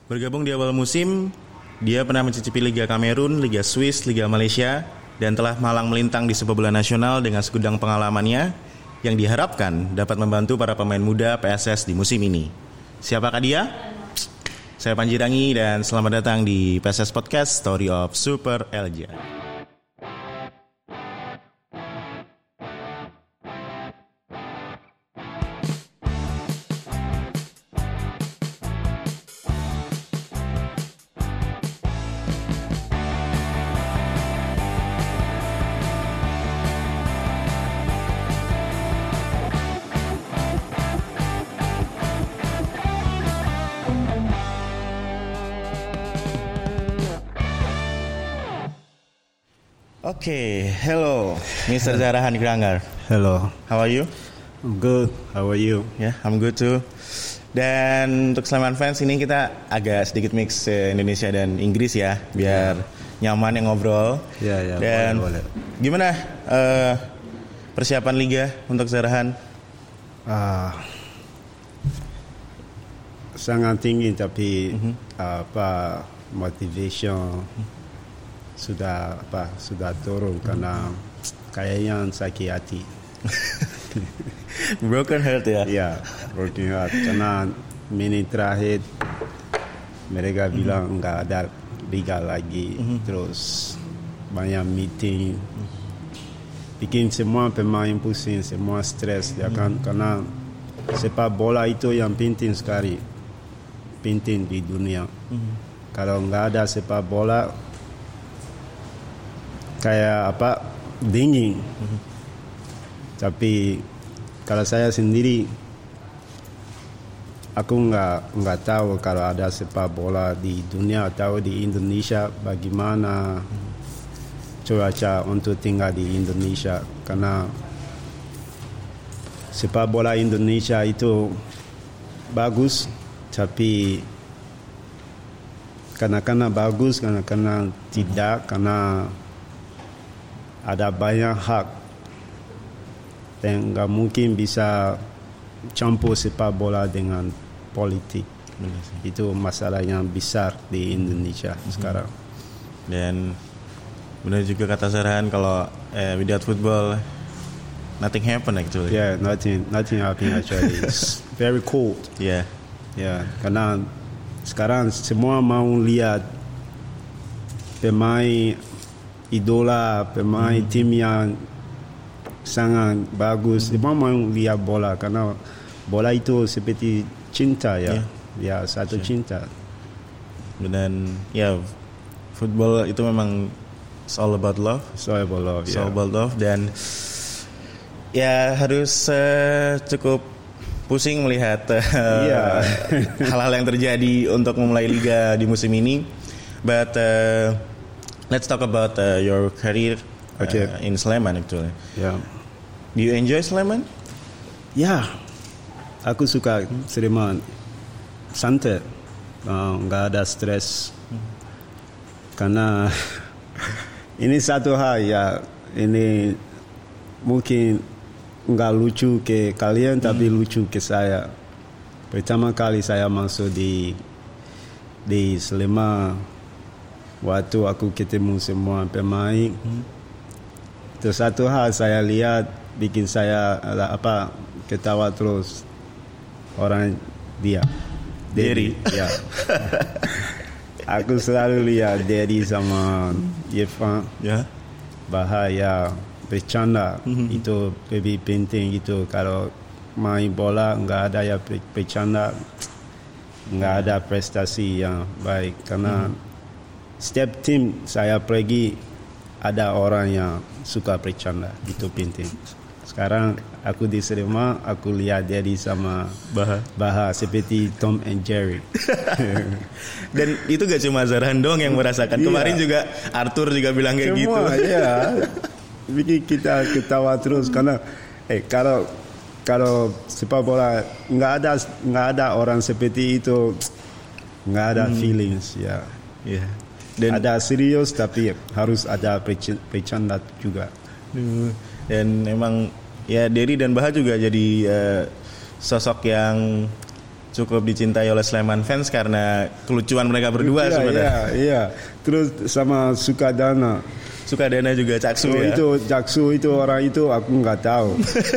Bergabung di awal musim, dia pernah mencicipi Liga Kamerun, Liga Swiss, Liga Malaysia, dan telah malang melintang di sepak bola nasional dengan segudang pengalamannya yang diharapkan dapat membantu para pemain muda PSS di musim ini. Siapakah dia? Saya Panji Rangi dan selamat datang di PSS Podcast Story of Super Elja. Okay, hello, Mr. Zarahan Grangar. Hello. How are you? I'm good. How are you? Yeah, I'm good too. Dan untuk Sleman fans ini kita agak sedikit mix Indonesia dan Inggris ya, biar nyaman yang ngobrol. Ya, Dan boleh. Gimana persiapan Liga untuk Zarahan? Sangat tinggi tapi motivation sudah turun karena kayaknya sakit hati. Broken heart ya? Ya, broken heart karena menit terakhir mereka bilang nggak ada liga lagi, terus banyak meeting, bikin semua pemain pusing, semua stres ya kan, karena sepak bola itu yang penting sekali, penting di dunia. Kalau nggak ada sepak bola kayak dingin. Tapi kalau saya sendiri, aku nggak tahu kalau ada sepak bola di dunia atau di Indonesia bagaimana cuaca untuk tinggal di Indonesia, karena sepak bola Indonesia itu bagus, tapi karena bagus, karena tidak, karena ada banyak hak dan nggak mungkin bisa campur sepak bola dengan politik. Itu masalah yang besar di Indonesia sekarang. Dan benar juga kata Zarahan kalau without football nothing happen actually. Yeah, nothing happen actually. It's very cold. Yeah. Karena sekarang semua mau lihat pemain idola, pemain tim yang sangat bagus. Semua mau lihat bola karena bola itu seperti cinta ya. Ya, satu cinta. Dan football itu memang it's all about love. Dan ya harus cukup pusing melihat hal-hal yang terjadi untuk memulai liga di musim ini. But let's talk about your career in Sleman actually. Yeah. Do you enjoy Sleman? Ya, aku suka Sleman. Santai, nggak ada stres. Karena ini satu hal ya, ini mungkin nggak lucu ke kalian tapi lucu ke saya. Pertama kali saya masuk di Sleman, waktu aku ketemu semua pemain, itu satu hal saya lihat bikin saya ketawa terus, orang dia Derry. Ya. Aku selalu lihat Derry sama Irfan. Ya. Bahaya bercanda itu lebih penting gitu. Kalau main bola nggak ada ya bercanda, nggak ada prestasi yang baik. Karena setiap tim saya pergi ada orang yang suka bercanda, itu penting. Sekarang aku di Sleman, aku lihat Derry sama Baha seperti Tom and Jerry. Dan itu gak cuma Zarahan doang yang merasakan. Kemarin juga Arthur juga bilang kayak gitu. Semua ya, bikin kita ketawa terus karena kalau sepak bola nggak ada orang seperti itu, nggak ada feelings ya. Dan ada serius tapi harus ada bercanda juga. Dan memang ya Derry dan Baha juga jadi sosok yang cukup dicintai oleh Sleman fans karena kelucuan mereka berdua sebenarnya. Iya. Terus sama Sukadana. Sukadana juga Caksu ya. Itu Caksu itu orang itu aku nggak tahu.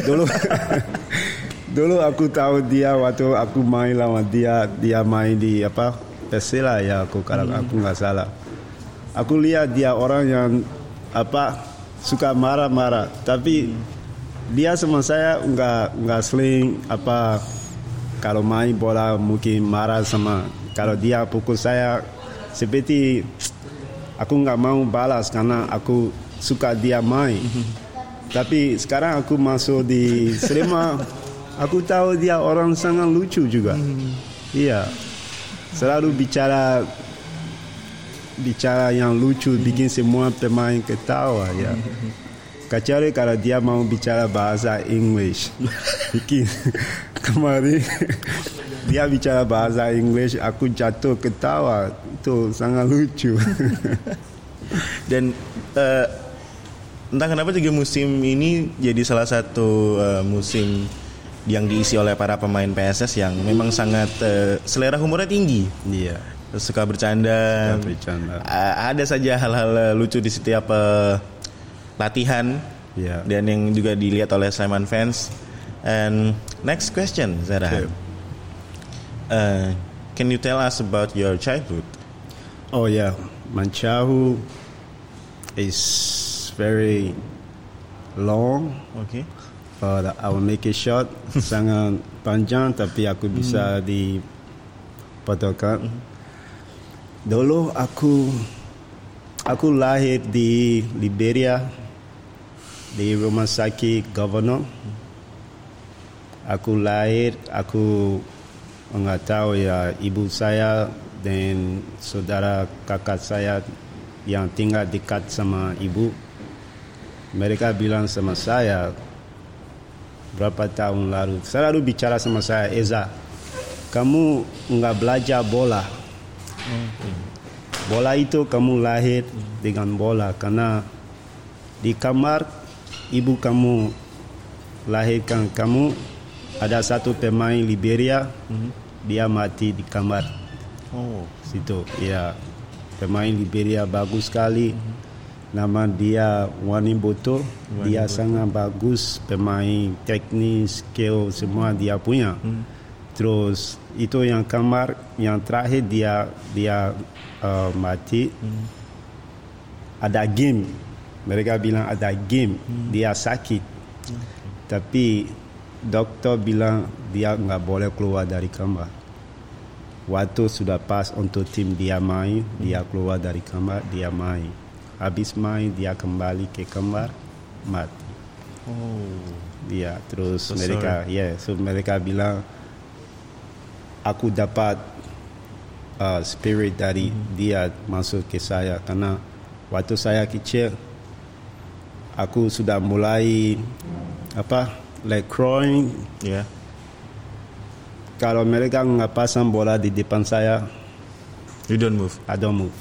Dulu aku tahu dia waktu aku main lawan dia main di Persela ya kalau aku nggak salah. Aku lihat dia orang yang suka marah-marah, tapi dia sama saya nggak sering kalau main bola mungkin marah sama. Kalau dia pukul saya seperti aku nggak mau balas karena aku suka dia main. Tapi sekarang aku masuk di Sleman, aku tahu dia orang sangat lucu juga. Iya, selalu bicara yang lucu, bikin semua pemain ketawa ya. Kecuali kalau dia mau bicara bahasa English. Bikin kemarin dia bicara bahasa English, aku jatuh ketawa. Itu sangat lucu. Dan entah kenapa juga musim ini jadi salah satu musim yang diisi oleh para pemain PSS yang memang sangat selera humornya tinggi. Iya. Suka bercanda. Ada saja hal-hal lucu di setiap latihan. Yeah. Dan yang juga dilihat oleh Sleman fans. And next question, Zara. Okay. Can you tell us about your childhood? Oh yeah, my childhood is very long. Okay. But I will make it short. Sangat panjang tapi aku bisa dipotongkan. Dulu aku lahir di Liberia, di rumah sakit Governor. Aku lahir, aku nggak tahu ya, ibu saya dan saudara kakak saya yang tinggal dekat sama ibu. Mereka bilang sama saya berapa tahun lalu, selalu bicara sama saya, Eza, kamu nggak belajar bola. Bola itu kamu lahir dengan bola karena di kamar ibu kamu lahirkan kamu, ada satu pemain Liberia, dia mati di kamar. Situ ya, pemain Liberia bagus sekali. Nama dia Wani Boto. Dia sangat bagus, pemain teknis, skill semua dia punya. Terus itu yang kamar yang terakhir dia mati. Ada game, mereka bilang ada game, dia sakit. Tapi dokter bilang dia nggak boleh keluar dari kamar. Waktu sudah pas untuk tim dia main, dia keluar dari kamar, dia main. Habis main dia kembali ke kamar, mati. Ya, terus so mereka bilang aku dapat spirit dari dia masuk ke saya karena waktu saya kecil aku sudah mulai like crawling. Yeah. Kalau mereka nggak pasang bola di depan saya, you don't move. I don't move.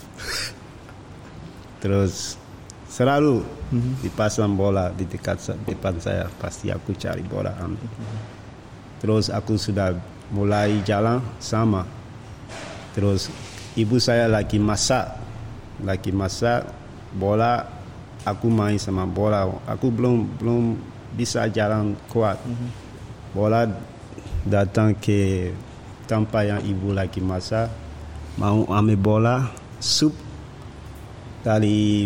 Terus selalu dipasang bola di depan saya, pasti aku cari bola. Terus aku sudah mulai jalan sama. Terus ibu saya lagi masak bola, aku main sama bola. Aku belum bisa jalan kuat. Bola datang ke tempat yang ibu lagi masak, mau ambil bola, sup dari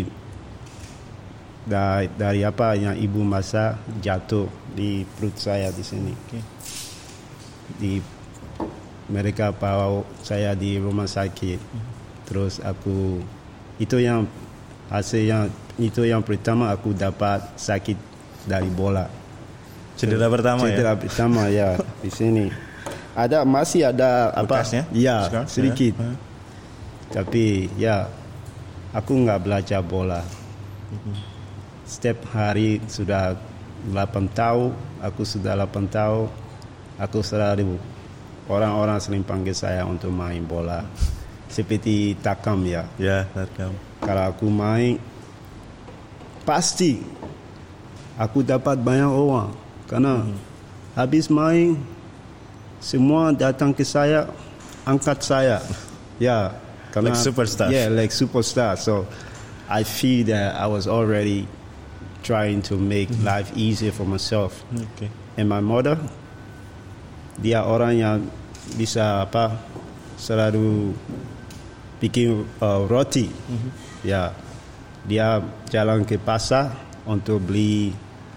apa yang ibu masak jatuh di perut saya di sini. Mereka bawa saya di rumah sakit. Terus aku itu yang pertama aku dapat sakit dari bola. Cedera pertama ya di sini. Masih ada bekasnya? Ya, sedikit. Tapi ya aku nggak belajar bola. Setiap hari sudah 8 tahun, aku selalu orang-orang sering panggil saya untuk main bola. Seperti takam ya. Ya, takam. Kalau aku main pasti aku dapat banyak uang karena habis main semua datang ke saya, angkat saya. Ya, karena Like superstar. Yeah, like superstar. So I feel that I was already trying to make life easier for myself. Okay. And my mother, dia orang yang bisa selalu bikin roti. Ya, dia jalan ke pasar untuk beli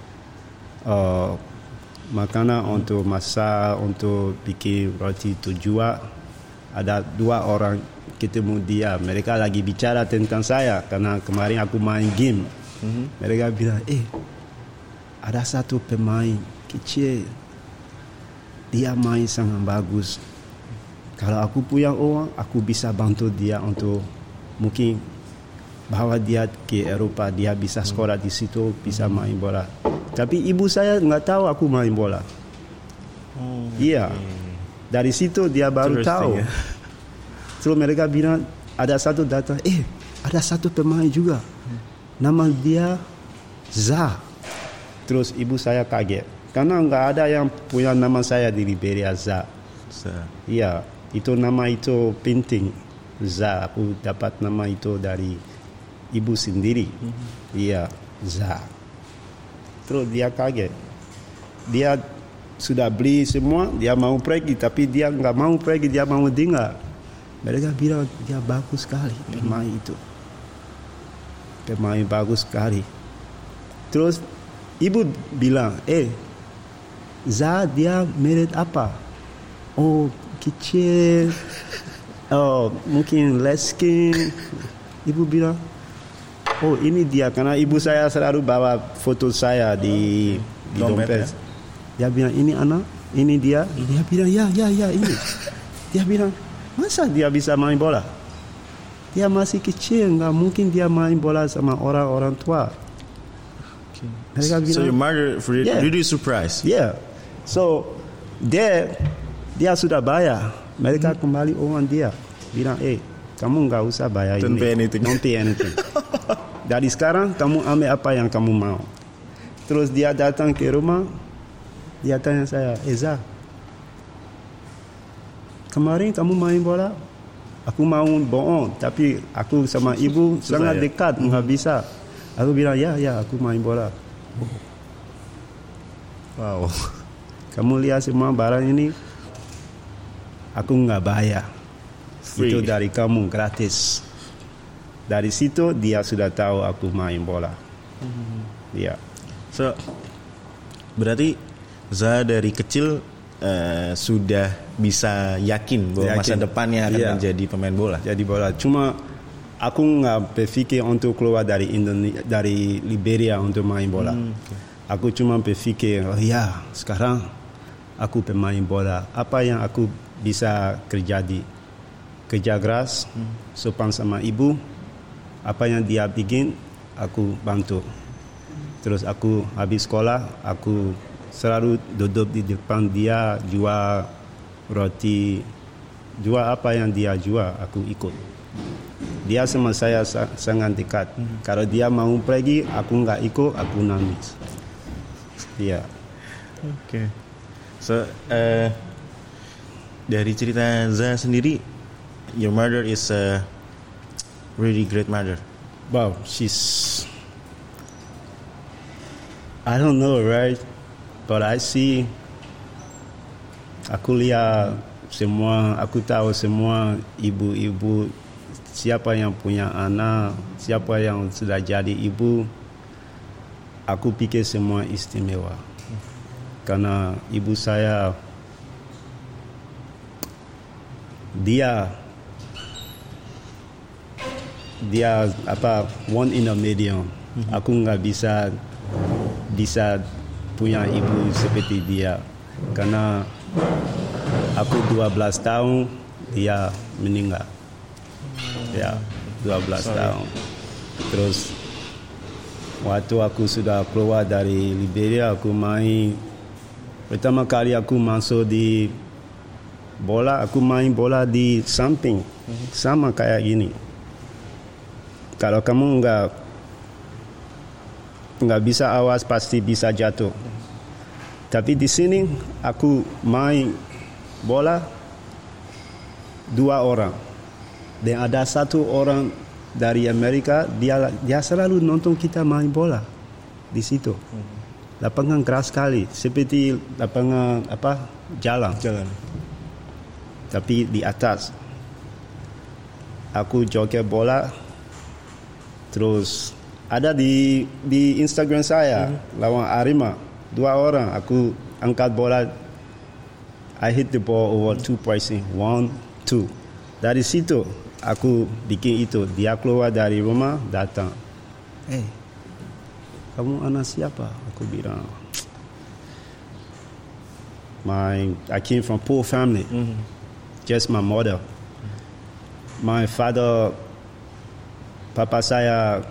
makanan untuk masak, untuk bikin roti itu jual. Ada 2 orang ketemu dia, mereka lagi bicara tentang saya karena kemarin aku main game. Mereka bilang, ada satu pemain kecil, dia main sangat bagus. Kalau aku punya uang, aku bisa bantu dia untuk mungkin bawa dia ke Eropa, dia bisa sekolah di situ, bisa main bola. Tapi ibu saya nggak tahu aku main bola. Iya, dari situ dia baru tahu. Terus mereka bilang ada satu datang, ada satu pemain juga, nama dia Za. Terus ibu saya kaget karena nggak ada yang punya nama saya di Liberia, Za. Iya, itu nama itu penting, Za. Aku dapat nama itu dari ibu sendiri. Iya, Za. Terus dia kaget. Dia sudah beli semua, dia mau pergi, tapi dia nggak mau pergi, dia mau dengar. Mereka bilang dia bagus sekali pemain itu. Pemain bagus sekali. Terus ibu bilang, Za dia merit apa? Oh, kecil. Oh, mungkin lesking. Ibu bilang, oh ini dia, karena ibu saya selalu bawa foto saya di dompet. Dia bilang, ini anak, ini dia. Dia bilang, ya ini. Dia bilang, masa dia bisa main bola? Dia masih kecil, nggak mungkin dia main bola sama orang-orang tua. Mereka bilang, so your mother really surprised? Yeah. So dia sudah bayar. Mereka kembali uang dia. Bilang, kamu nggak usah bayar Don't ini. Don't pay anything. Dari sekarang kamu ambil apa yang kamu mau. Terus dia datang ke rumah. Dia tanya saya, Za, kemarin kamu main bola? Aku mau bohong, tapi aku sama ibu sangat dekat, nggak bisa. Aku bilang, ya, aku main bola. Wow. Kamu lihat semua barang ini, aku nggak bayar. Free. Itu dari kamu, gratis. Dari situ dia sudah tahu aku main bola. Ya. So, berarti Za dari kecil sudah bisa yakin bahwa masa depannya akan menjadi pemain bola. Jadi bola. Cuma aku nggak berpikir untuk keluar dari dari Liberia untuk main bola. Aku cuma berpikir, sekarang aku pemain bola. Apa yang aku bisa kerja keras, sopan sama ibu. Apa yang dia bikin, aku bantu. Terus aku habis sekolah, aku selalu duduk di depan dia, jual roti, jual apa yang dia jual, aku ikut. Dia sama saya sangat dekat. Kalau dia mau pergi, aku nggak ikut, aku nangis. Iya. Okay. So, dari cerita Za sendiri, your mother is a really great mother. Wow, I don't know, right? But I see, aku lihat semua, aku tahu semua ibu-ibu, siapa yang punya anak, siapa yang sudah jadi ibu, aku pikir semua istimewa. Karena ibu saya, dia one in a million. Aku nggak bisa punya ibu seperti dia, karena aku 12 tahun dia meninggal. Ya, 12 tahun. Terus waktu aku sudah keluar dari Liberia, aku main pertama kali aku masuk di bola, aku main bola di samping, sama kayak gini. Kalau kamu nggak bisa awas, pasti bisa jatuh. Tapi di sini aku main bola 2 orang. Dan ada 1 orang dari Amerika, dia selalu nonton kita main bola di situ. Lapangan keras sekali, seperti lapangan jalan. Tapi di atas. Aku joget bola, terus ada di Instagram saya lawan Arema 2 orang. Aku angkat bola, I hit the ball over 2 points, 1, 2. Dari situ aku bikin itu. Dia keluar dari rumah, datang. Kamu anak siapa? Aku bilang, I came from poor family. Just my mother. My father, papa saya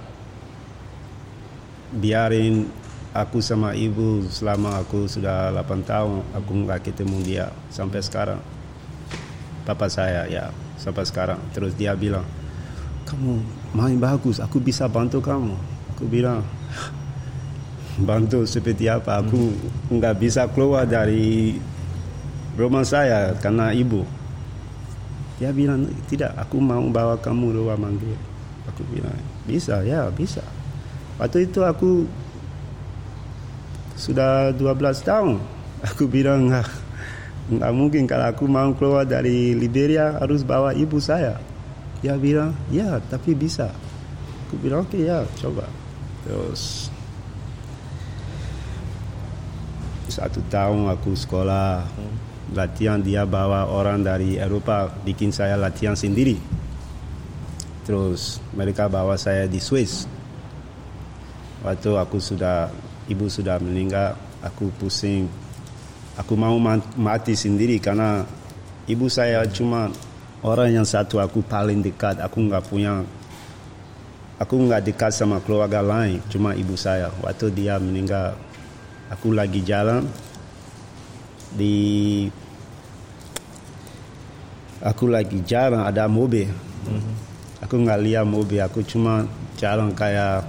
biarin aku sama ibu selama aku sudah 8 tahun. Aku nggak ketemu dia sampai sekarang. Papa saya ya sampai sekarang. Terus dia bilang, kamu main bagus, aku bisa bantu kamu. Aku bilang, bantu seperti apa? Aku nggak bisa keluar dari rumah saya karena ibu. Dia bilang, tidak, aku mau bawa kamu luar negeri. Aku bilang, bisa, ya bisa. Waktu itu aku sudah 12 tahun. Aku bilang, nggak mungkin kalau aku mau keluar dari Liberia harus bawa ibu saya. Dia bilang, ya, tapi bisa. Aku bilang, oke, ya, coba. Terus 1 tahun aku sekolah. Latihan, dia bawa orang dari Eropa bikin saya latihan sendiri. Terus mereka bawa saya di Swiss. Waktu ibu sudah meninggal, aku pusing. Aku mau mati sendiri karena ibu saya cuma orang yang satu aku paling dekat. Aku nggak dekat sama keluarga lain, cuma ibu saya. Waktu dia meninggal, aku lagi jalan ada mobil. Aku nggak lihat mobil, aku cuma jalan kayak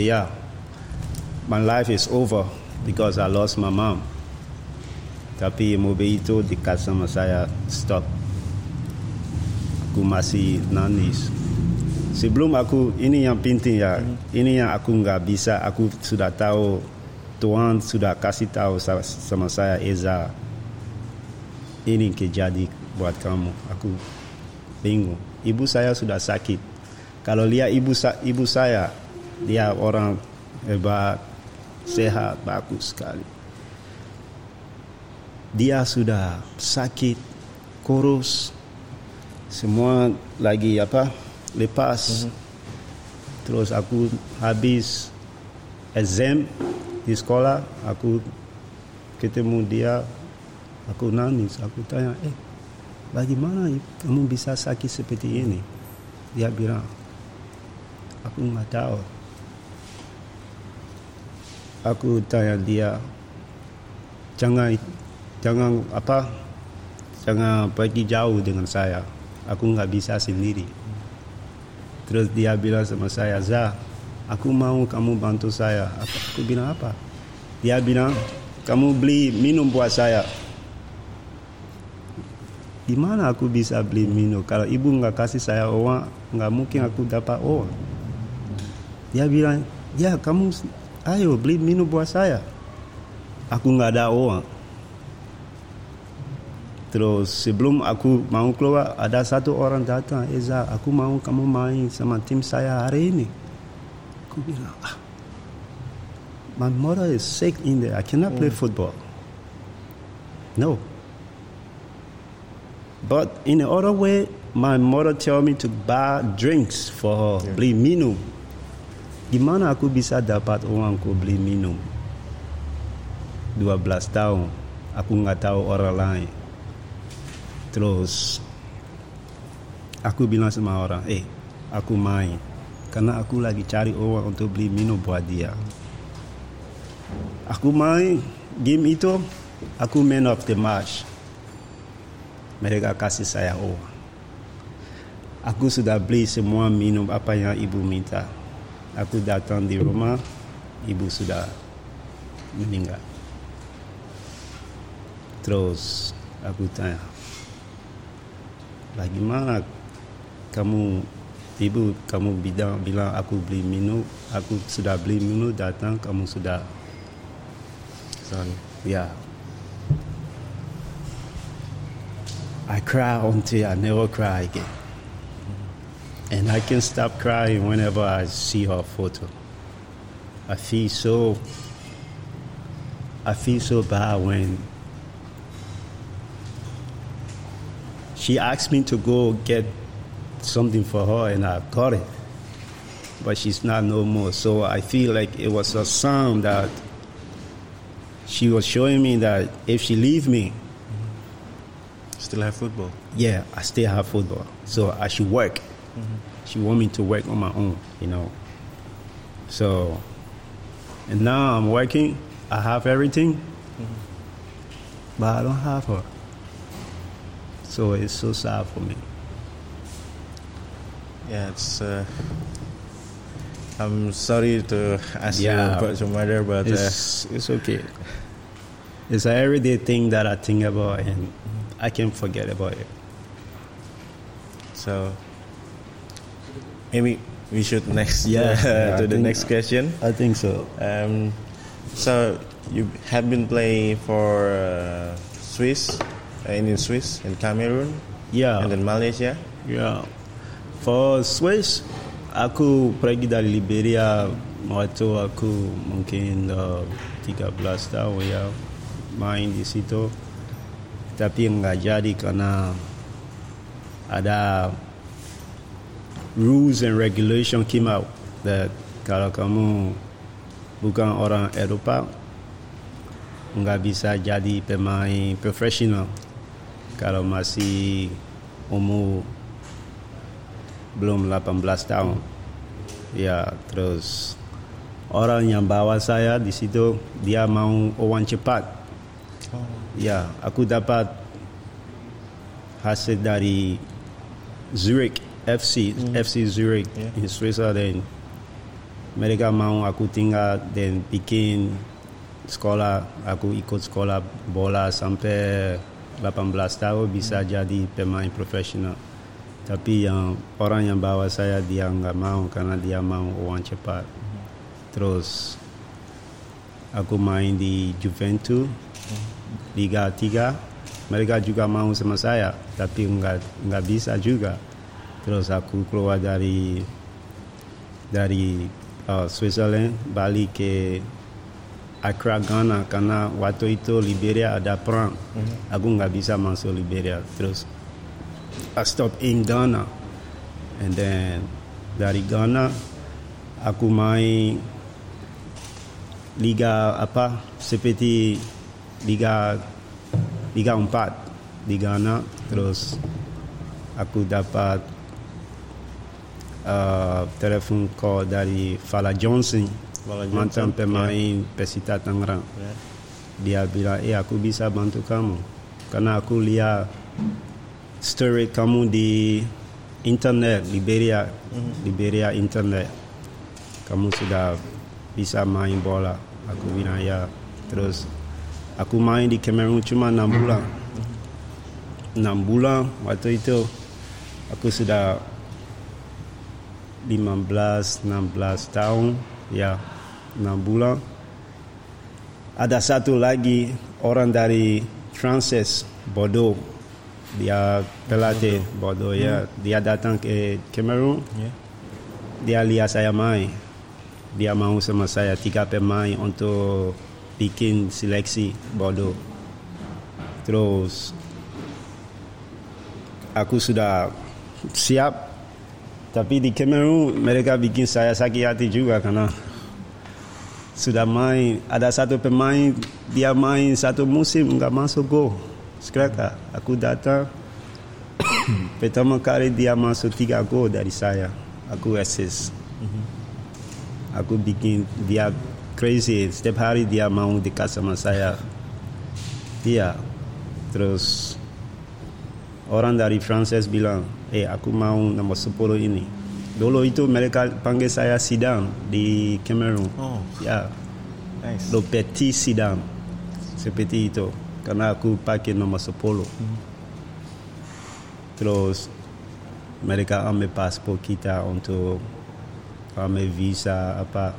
my life is over because I lost my mom. Tapi mobil itu dekat sama saya, stop. Aku masih nangis. Sebelum ini yang penting ya, ini yang aku nggak bisa. Aku sudah tahu, Tuhan sudah kasih tahu sama saya, Eza, ini kejadian buat kamu. Aku bingung. Ibu saya sudah sakit. Kalau lihat ibu saya, dia orang hebat, sehat, bagus sekali. Dia sudah sakit, kurus, semua lagi lepas. Terus aku habis exam di sekolah, aku ketemu dia. Aku nangis, aku tanya, bagaimana kamu bisa sakit seperti ini? Dia bilang, aku nggak tahu. Aku tanya dia, jangan pergi jauh dengan saya. Aku nggak bisa sendiri. Terus dia bilang sama saya, Zah, aku mau kamu bantu saya. Aku bilang apa? Dia bilang, kamu beli minum buat saya. Di mana aku bisa beli minum? Kalau ibu nggak kasih saya uang, nggak mungkin aku dapat uang. Dia bilang, ya kamu ayo beli minum buat saya. Aku nggak ada uang. Terus sebelum aku mau keluar, ada 1 orang datang, Eza, aku mau kamu main sama tim saya hari ini. Aku bilang, my mother is sick in there. I cannot play football. No. But in the other way, my mother tell me to buy drinks for her, beli minum. Gimana aku bisa dapat uang untuk beli minum? 12 tahun, aku nggak tahu orang lain. Terus aku bilang sama orang, aku main, karena aku lagi cari uang untuk beli minum buat dia. Aku main game itu, aku man of the match. Mereka kasih saya uang. Aku sudah beli semua minum apa yang ibu minta. Aku datang di rumah, ibu sudah meninggal. Terus aku tanya, bagaimana kamu bilang aku beli minum, aku sudah beli minum, datang kamu sudah yeah. I cry until I never cry again. And I can stop crying whenever I see her photo. I feel so bad when she asked me to go get something for her and I got it. But she's not no more. So I feel like it was a sign that she was showing me that if she leave me, still have football. Yeah, I still have football. So I should work. She want me to work on my own, you know. So, and now I'm working. I have everything, but I don't have her. So it's so sad for me. Yeah, it's. I'm sorry to ask you about your mother, but it's okay. It's an everyday thing that I think about, and I can't forget about it. So maybe we should next to the next question. I think so. So you have been playing for Swiss, in Swiss, in Cameroon, and then Malaysia. Yeah. For Swiss, aku pergi dari Liberia waktu aku mungkin 13 tahun ya main di situ. Tapi enggak jadi karena ada rules and regulation came out that kalau kamu bukan orang Eropa enggak bisa jadi pemain profesional kalau masih umur belum 18 tahun. Ya, terus orang yang bawa saya di situ dia mau uang cepat. Ya, aku dapat hasil dari Zurich FC Zurich in Switzerland. Mereka mau aku tinggal dan bikin sekolah. Aku ikut sekolah bola sampai 18 tahun bisa jadi pemain profesional. Tapi yang orang yang bawa saya dia nggak mau karena dia mau uang cepat. Terus aku main di Juventus Liga 3. Mereka juga mau sama saya, tapi nggak bisa juga. Terus aku keluar dari Switzerland balik ke Accra, Ghana karena waktu itu Liberia ada perang. Aku nggak bisa masuk Liberia. Terus I stopped in Ghana, and then dari Ghana aku main liga seperti liga 4 di Ghana. Terus aku dapat telepon call dari Fala Johnson, mantan pemain Persita Tangerang. Dia bilang, aku bisa bantu kamu karena aku lihat story kamu di internet Liberia internet, kamu sudah bisa main bola. Aku bilang ya. Terus aku main di Cameroon cuma 6 bulan. 6 bulan waktu itu aku sudah 15-16 tahun ya. 6 bulan. Ada satu lagi orang dari Frances Bordeaux, dia pelatih Bordeaux ya. Dia datang ke Cameroon. Dia lihat saya main. Dia mau sama saya 3 pemain untuk bikin seleksi Bordeaux. Terus aku sudah siap. Tapi di Cameroon mereka bikin saya sakit hati juga karena sudah main. Ada satu pemain dia main satu musim enggak masuk gol. Sekarang aku datang pertama kali dia masuk 3 gol dari saya. Aku assist. Aku bikin dia crazy. Setiap hari dia mau dekat sama saya. Iya. Terus orang dari Frances bilang, aku mau nomor 10 ini. Dulu itu mereka panggil saya Sidam di Cameroon. Ya. Nice. Le Petit Sidam. Seperti itu. Karena aku pakai nomor 10. Terus mereka ambil paspor kita untuk ambil visa apa.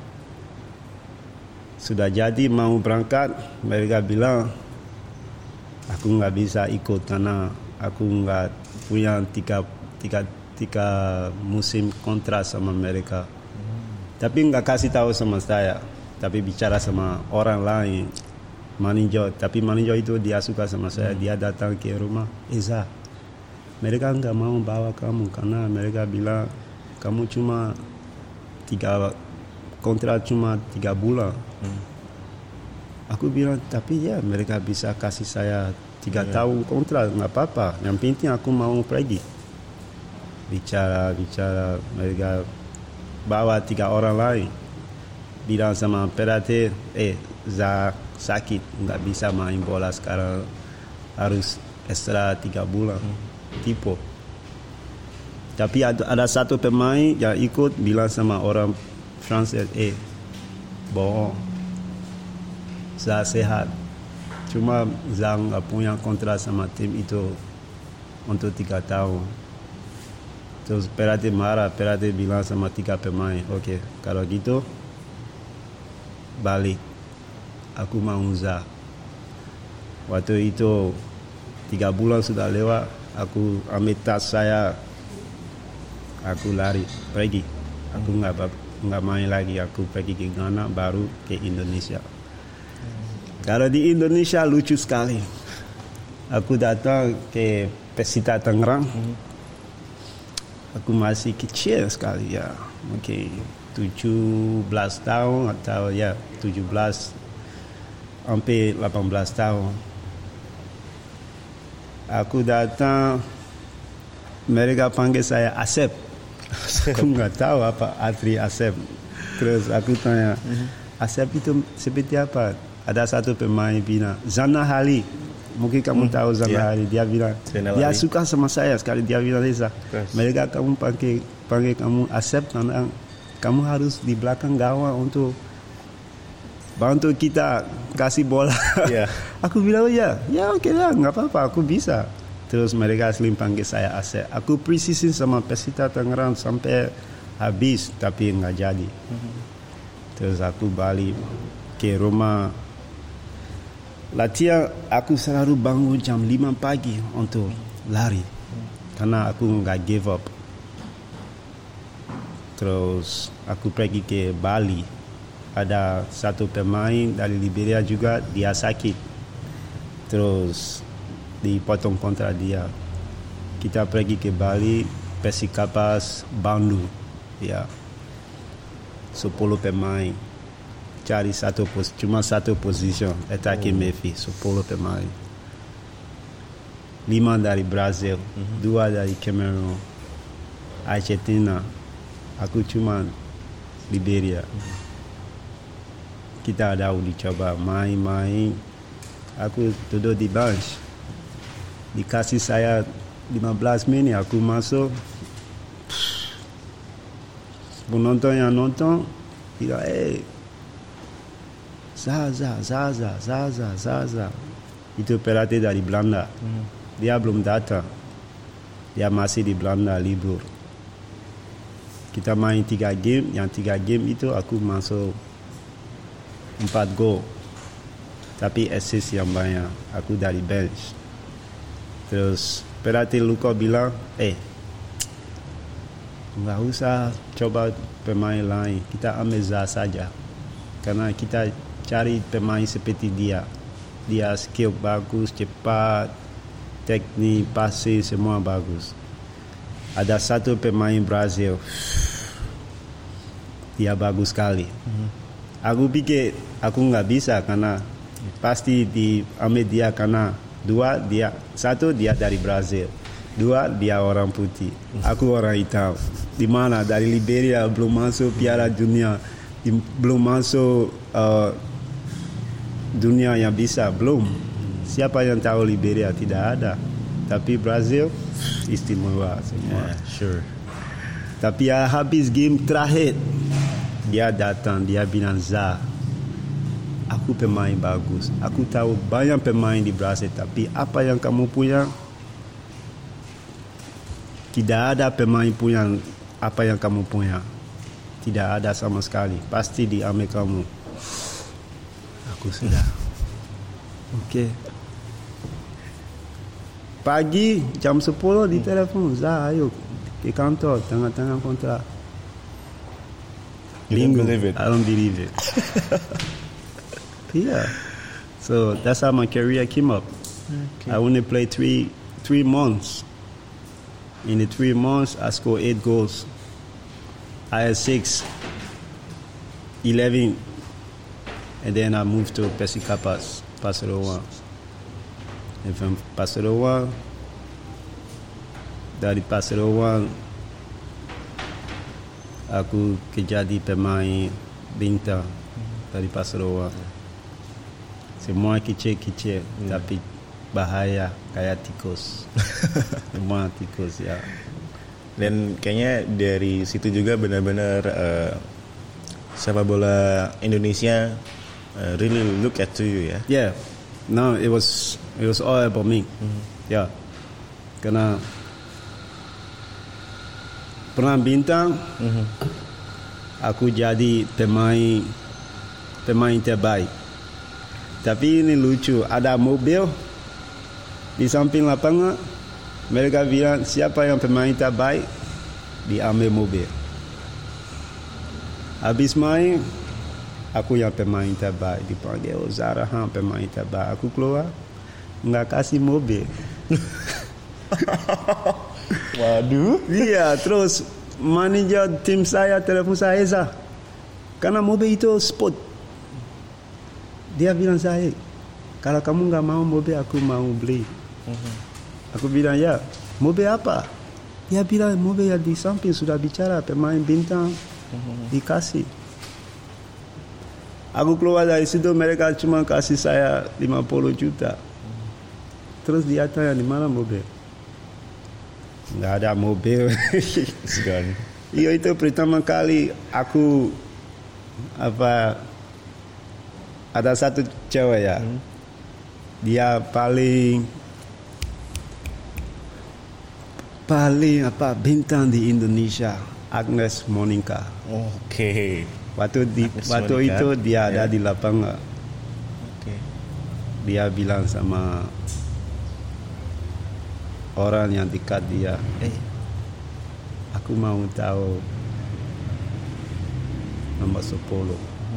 Sudah jadi mau berangkat, mereka bilang aku nggak bisa ikut karena aku nggak punya tiga musim kontrak sama mereka. Tapi nggak kasih tahu sama saya, tapi bicara sama orang lain. Manajer, tapi manajer itu dia suka sama saya. Dia datang ke rumah, Eza, mereka nggak mau bawa kamu karena mereka bilang kamu cuma kontrak cuma 3 bulan. Aku bilang tapi ya mereka bisa kasih saya 3 tahun kontrak, nggak apa-apa. Yang penting aku mau pergi. Bicara mereka bawa 3 orang lain. Bilang sama pelatih, sakit, nggak bisa main bola sekarang, harus extra 3 bulan. Tipu. Tapi ada satu pemain yang ikut bilang sama orang Francis, bohong, saya sehat. Cuma saya nggak punya kontrak sama tim itu untuk 3 tahun. Terus pelatih marah, pelatih bilang sama 3 pemain, oke, kalau gitu balik. Aku mau Za. Waktu itu 3 bulan sudah lewat. Aku ambil tas saya. Aku lari pergi. Aku nggak main lagi. Aku pergi ke Ghana, baru ke Indonesia. Kalau di Indonesia lucu sekali. Aku datang ke Persita Tangerang. Aku masih kecil sekali ya. Mungkin 17 tahun atau ya 17 sampai 18 tahun. Aku datang, mereka panggil saya Asep. Aku nggak tahu apa arti Asep. Terus aku tanya, Asep itu seperti apa? Ada satu pemain bilang, Zana Ali. Mungkin kamu tahu Zana Ali. Dia bilang, dia suka sama saya sekali. Dia bilang, Reza, mereka kamu panggil kamu Asep karena kamu harus di belakang gawang untuk bantu kita kasih bola. Aku bilang ya oke lah, nggak apa-apa, aku bisa. Terus mereka sering panggil saya Asep. Aku precision sama Persita Tangerang sampai habis, tapi nggak jadi. Terus aku balik ke rumah. Latihan aku selalu bangun jam 5 pagi untuk lari, karena aku nggak give up. Terus aku pergi ke Bali. Ada satu pemain dari Liberia juga, dia sakit. Terus dipotong kontrak dia. Kita pergi ke Bali, Persikapas Bandung. Ya. 10 pemain. Cari cuma satu position, attacking midfield, 10 pemain. 5 dari Brazil, 2 dari Cameroon, Argentina. Aku cuma Liberia. Kita ada dicoba main. Aku duduk di bench. Dikasih saya 15 menit, aku masuk. Penonton yang nonton bilang, Zaza. Itu pelatih dari Belanda. Dia belum datang. Dia masih di Belanda libur. Kita main 3 game. Yang 3 game itu aku masuk 4 gol. Tapi assist yang banyak. Aku dari bench. Terus pelatih Luko bilang, nggak usah coba pemain lain. Kita ambil Za saja. Karena kita cari pemain seperti dia. Dia skill bagus, cepat, teknik, passing, semua bagus. Ada satu pemain Brazil. Dia bagus sekali. Aku pikir aku nggak bisa karena pasti diambil dia karena satu dia dari Brazil, 2 dia orang putih, aku orang hitam. Di mana dari Liberia belum masuk Piala Dunia, belum masuk dunia yang bisa, belum. Siapa yang tahu Liberia? Tidak ada. Tapi Brazil istimewa semua. Sure. Tapi habis game terakhir dia datang, dia bilang, Za, aku pemain bagus. Aku tahu banyak pemain di Brazil, tapi apa yang kamu punya tidak ada pemain punya apa yang kamu punya. Tidak ada sama sekali. Pasti diambil kamu. Aku sudah. Oke. Pagi jam 10 di telepon, Zah, ayo ke kantor, tengah-tengah kontrak. You don't believe it? I don't believe it. Yeah. So that's how my career came up. Okay. I only played three months. In the 3 months, I scored 8 goals. I had 6, 11, and then I moved to Pesikapas, Pasir-Wan. And from Pasir-Wan, dari Pasir-Wan, aku jadi pemain bintang dari Pasir-Wan. Semua kecil-kecil, tapi bahaya kayak tikus. Semua tikus ya. Dan kayaknya dari situ juga benar-benar sepak bola Indonesia really look at you ya. Yeah, no, it was all about me. Yeah, karena pernah bintang, aku jadi pemain terbaik. Tapi ini lucu, ada mobil di samping lapangan. Mereka bilang siapa yang pemain terbaik, diambil mobil. Habis main, aku yang pemain terbaik, dipanggil Zarahan pemain terbaik. Aku keluar, nggak kasih mobil. Waduh. Iya, terus manajer tim saya telepon saya, Zah, karena mobil itu sport. Dia bilang saya, kalau kamu nggak mau mobil, aku mau beli. Aku bilang ya, mobil apa? Dia bilang mobil yang di samping sudah bicara pemain bintang dikasih. Aku keluar dari situ, mereka cuma kasih saya 50 juta. Terus dia tanya di mana mobil? Nggak ada mobil. Iya, itu pertama kali aku ada satu cewek ya. Dia paling bintang di Indonesia, Agnes Monica. Oke. Waktu itu dia ada di lapangan. Oke. Dia bilang sama orang yang dekat dia, aku mau tahu nomor 10.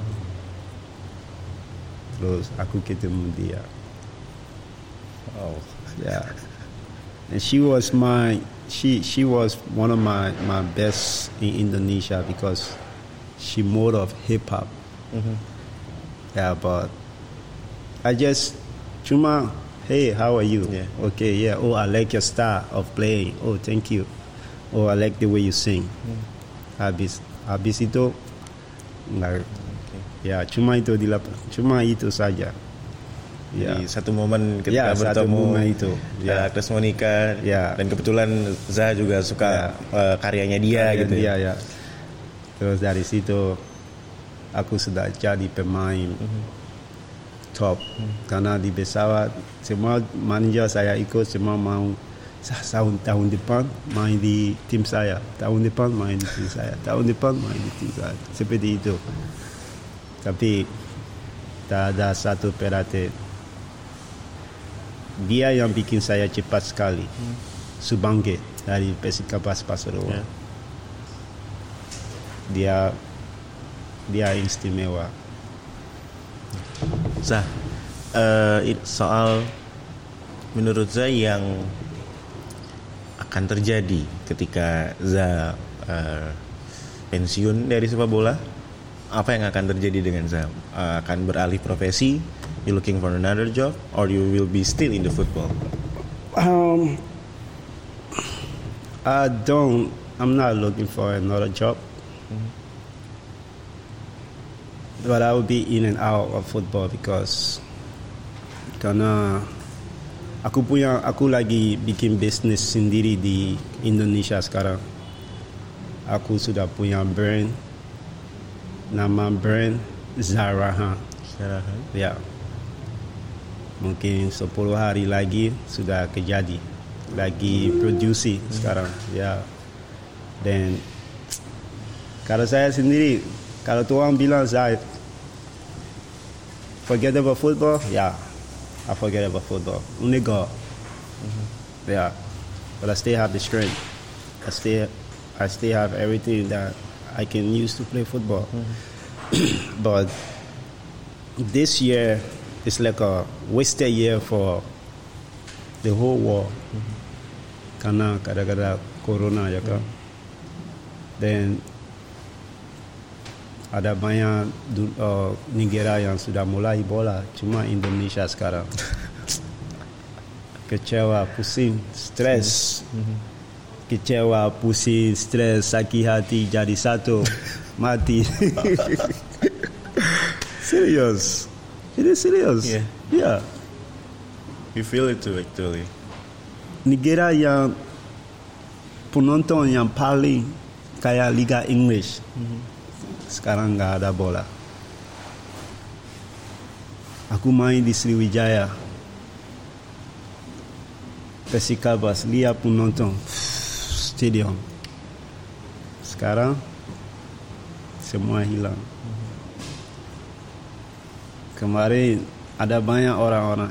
Terus aku ketemu dia. Oh. Yeah. And she was one of my best in Indonesia because she more of hip hop. Yeah, but I just cuma, hey, how are you? Yeah. Okay, yeah. Oh, I like your style of playing. Oh, thank you. Oh, I like the way you sing. Habis itu nggak. Ya, cuma itu saja. Jadi satu momen Ya, ketika satu bertemu momen itu. Ya. Agnes Monica, Ya. dan kebetulan Zah juga suka karyanya dia gitu. Dia, ya. Terus dari situ aku sudah jadi pemain top. Karena di pesawat semua manajer saya ikut, semua mau tahun depan main di tim saya, tahun depan main di tim saya, tahun depan main di tim saya. Seperti itu. Tapi tak ada satu pelatih. Dia yang bikin saya cepat sekali. Subangge dari Pesikapas Pasir-Wan. Dia istimewa. Zah, soal menurut Zah yang akan terjadi ketika Zah pensiun dari sepak bola, apa yang akan terjadi dengan Zah? Akan beralih profesi, you looking for another job, or you will be still in the football? I'm not looking for another job. But I will be in and out of football because karena aku lagi bikin bisnis sendiri di Indonesia sekarang. Aku sudah punya brand. Nama brand Zarahan. Ya. Mungkin 10 hari lagi sudah kejadi. lagi produksi sekarang. Ya. Dan kalau saya sendiri, kalau tuan bilang saya forget about football, I forget about football. Only God. Yeah. But I still have the strength. I still have everything that I can use to play football. But this year is like a wasted year for the whole world. Karena gara-gara corona ya kan. Dan ada banyak negara yang sudah mulai bola, cuma Indonesia sekarang. Kecewa, pusing, stres. Kecewa, pusing, stres, sakit hati jadi satu, mati. Serious. It is serious. Yeah. You feel it too actually. Negara yang penonton yang paling kayak Liga Inggris. Sekarang nggak ada bola. Aku main di Sriwijaya. Persikabas, lihat penonton. Stadium. Sekarang semua hilang. Kemarin ada banyak orang-orang,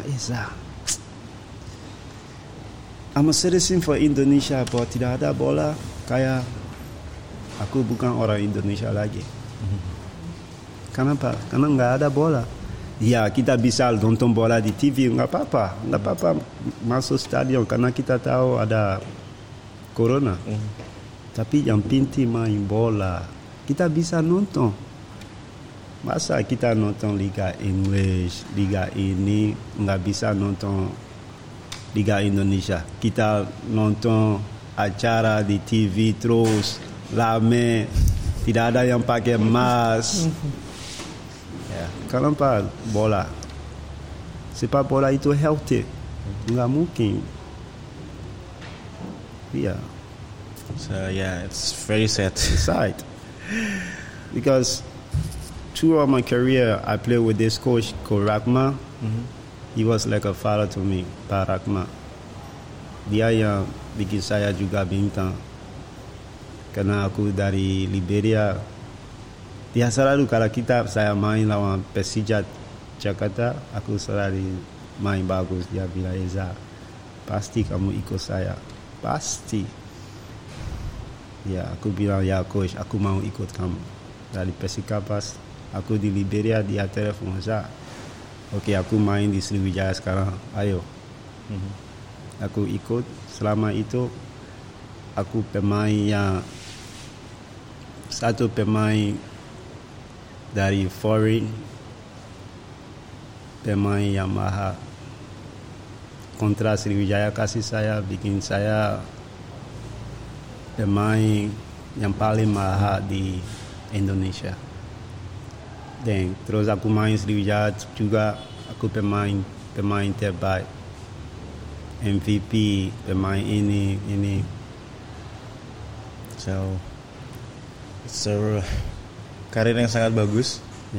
I'm a citizen for Indonesia, but tidak ada bola, kayak aku bukan orang Indonesia lagi. Kenapa? Karena nggak ada bola. Ya, kita bisa nonton bola di TV, nggak apa-apa masuk stadion karena kita tahu ada corona. Tapi yang penting main bola, kita bisa nonton. Masa kita nonton Liga Inggris, Liga ini nggak bisa nonton Liga Indonesia. Kita nonton acara di TV terus, rame, tidak ada yang pakai mask. Kenapa bola? Sepak bola itu healthy, nggak mungkin. So it's very sad. Sad. Because throughout my career, I played with this coach called Rakma. He was like a father to me, Pak Rakma. Dia yang bikin saya juga bintang. Karena aku dari Liberia. Dia selalu kalau saya main lawan Persija Jakarta, aku selalu main bagus. Dia bilang, Eza, pasti kamu ikut saya. Pasti. Ya, aku bilang, ya coach, aku mau ikut kamu. Dari Persikabas, aku di Liberia, dia telepon saya. Oke, aku main di Sriwijaya sekarang, ayo. Aku ikut, selama itu, aku satu pemain dari foreign, pemain Yamaha. Kontra Sriwijaya kasih saya, bikin saya pemain yang paling mahal di Indonesia. Dan terus aku main Sriwijaya juga, aku pemain terbaik, MVP, pemain ini. So it's a karir yang sangat bagus.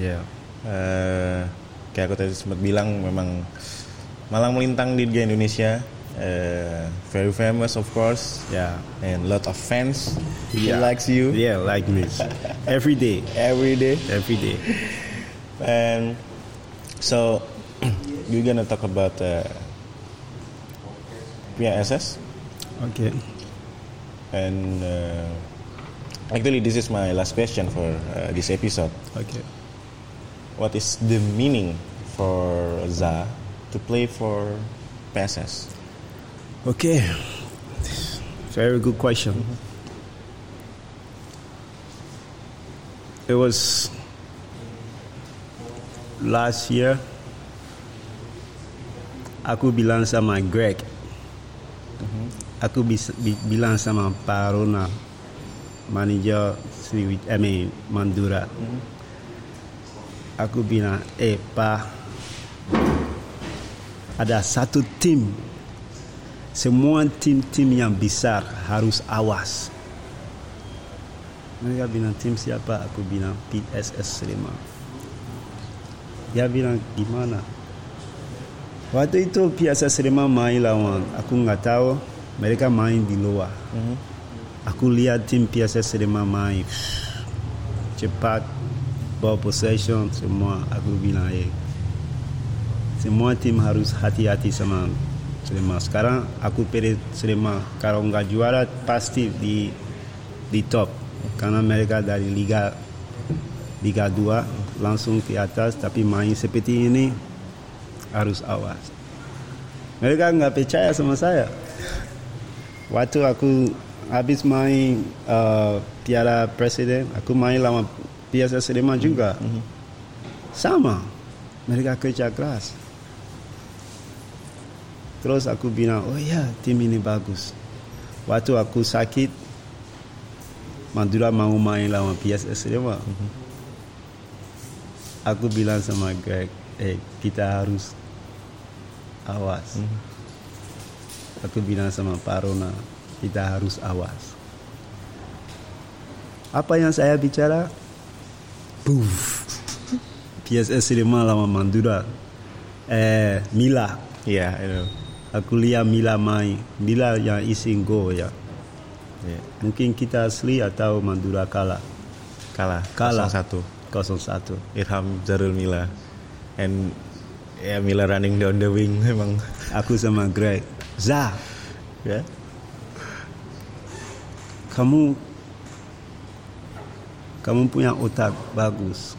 Kayak aku tadi sempat bilang, memang malang melintang di Liga Indonesia. Very famous of course, and lot of fans who likes you, like me every day. And so we're gonna talk about PSS. Okay. And actually this is my last question for this episode. Okay. What is the meaning for Za to play for PSS? Okay, very good question. It was last year. Aku bilang sama Greg. Aku bilang sama Pak Rona, manager Mandura. Aku bilang, Pak, ada satu tim. Semua tim-tim yang besar harus awas. Mereka bilang, tim siapa? Aku bilang, PSS Sleman. Dia bilang, gimana? Waktu itu PSS Sleman main lawan, aku nggak tahu. mereka main di luar. Aku lihat tim PSS Sleman main cepat, ball possession semua. Aku bilang semua tim harus hati-hati sama Sleman. Sekarang aku pilih Sleman. Kalau nggak juara pasti di top, karena mereka dari Liga 2 langsung ke atas, tapi main seperti ini harus awas. Mereka nggak percaya sama saya. Waktu aku habis main Piala Presiden, aku main lawan PSS Sleman juga. Sama, mereka kerja keras. Terus aku bilang, oh ya, tim ini bagus. Waktu aku sakit, Madura mau main lawan PSS Sleman. Aku bilang sama Greg, kita harus awas. Aku bilang sama Parona, kita harus awas. Apa yang saya bicara? Puff. PSS Sleman lawan Madura. Mila. Iya, itu. Aku lihat Mila main. Mila yang isi gol ya. Yeah. Mungkin kita asli atau Madura kalah. 0-1. Irham Zarul Mila. And Mila running down the wing memang. Aku sama Greg, Za, Ya. kamu punya otak bagus.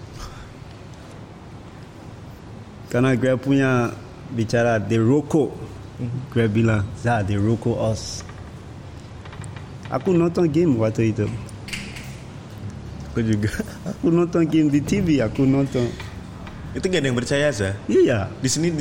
Karena Greg punya bicara the roko. Greg bilang, Za, the roko us. Aku nonton game waktu itu. Aku juga. Aku nonton game di TV, aku nonton. Itu gak ada yang percaya, Za. Iya. Di sini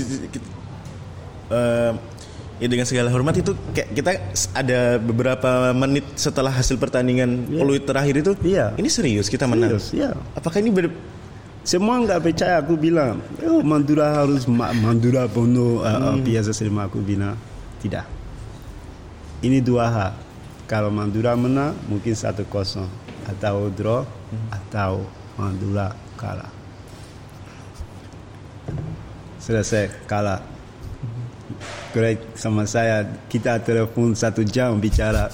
ya dengan segala hormat itu kayak kita ada beberapa menit setelah hasil pertandingan peluit terakhir itu. Iya. Ini serius kita menang. Serius, iya. Apakah ini Semua nggak percaya. Aku bilang, Madura harus Madura bunuh PSS Sleman. Aku bilang tidak. Ini 2 hal. Kalau Madura menang mungkin 1-0 atau draw atau Madura kalah. Selesai kalah. Greg sama saya kita telepon 1 jam bicara.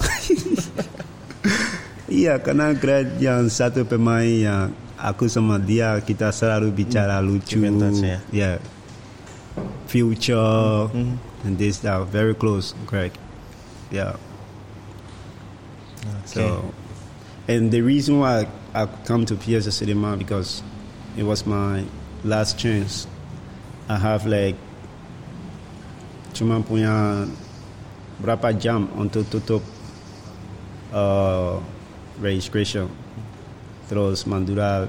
Iya, karena Greg yang satu pemain yang aku sama dia kita selalu bicara lucu, yeah, future, and this are very close, Greg. Yeah. Okay. So, and the reason why I come to PSS Sleman because it was my last chance. I have like cuma punya berapa jam untuk tutup registration. Terus Madura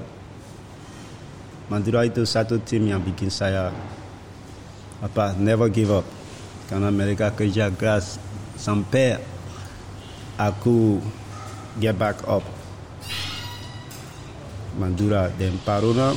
itu satu tim yang bikin saya never give up, karena mereka kerja keras sampai aku get back up. Madura dan Parona,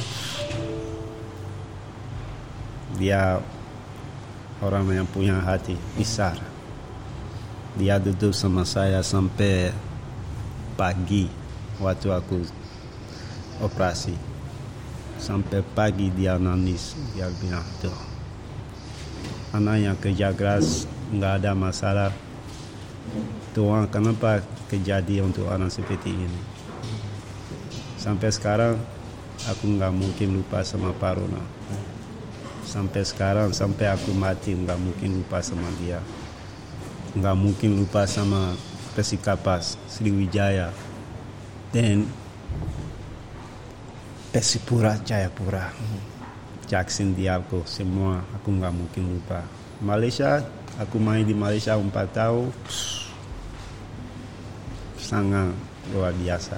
dia orang yang punya hati besar. Dia duduk sama saya sampai pagi waktu aku operasi. Sampai pagi dia nangis. Dia bilang, tuh, anak yang kerja keras nggak ada masalah. Tuhan, kenapa kejadian untuk anak seperti ini? Sampai sekarang aku nggak mungkin lupa sama Parona. Sampai sekarang, sampai aku mati nggak mungkin lupa sama dia. Nggak mungkin lupa sama Persikapas, Sriwijaya, dan Persipura Jayapura, Jackson Dialko, semua aku nggak mungkin lupa. Malaysia, aku main di Malaysia 4 tahun, sangat luar biasa.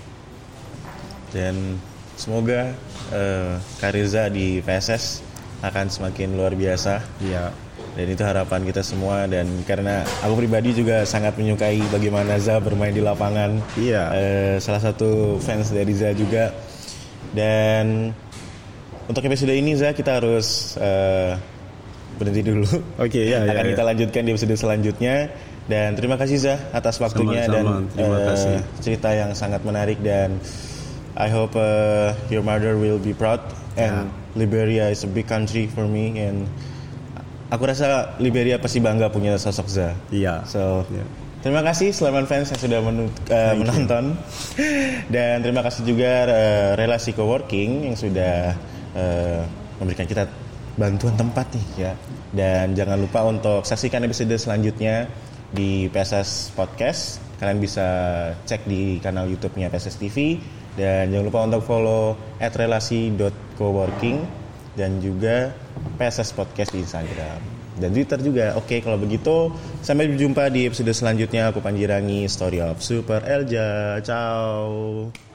Dan semoga karir Za di PSS akan semakin luar biasa. Iya. Dan itu harapan kita semua, dan karena aku pribadi juga sangat menyukai bagaimana Za bermain di lapangan. Iya. Salah satu fans dari Za juga. Dan untuk episode ini Za kita harus berhenti dulu. Oke, ya. Akan kita lanjutkan di episode selanjutnya. Dan terima kasih Za atas waktunya. Sama-sama. Dan Terima kasih. cerita yang sangat menarik, dan I hope your mother will be proud. And Liberia is a big country for me, and aku rasa Liberia pasti bangga punya sosok Za. Iya. So, Iya. terima kasih Sleman fans yang sudah menonton. Dan terima kasih juga Relasi Coworking yang sudah memberikan kita bantuan tempat nih ya. Dan jangan lupa untuk saksikan episode selanjutnya di PSS Podcast. Kalian bisa cek di kanal YouTube-nya PSS TV. Dan jangan lupa untuk follow @relasi.coworking dan juga PSS Podcast di Instagram dan Twitter juga. Oke, kalau begitu sampai berjumpa di episode selanjutnya. Aku Panji Rangi, Story of Super Elja. Ciao.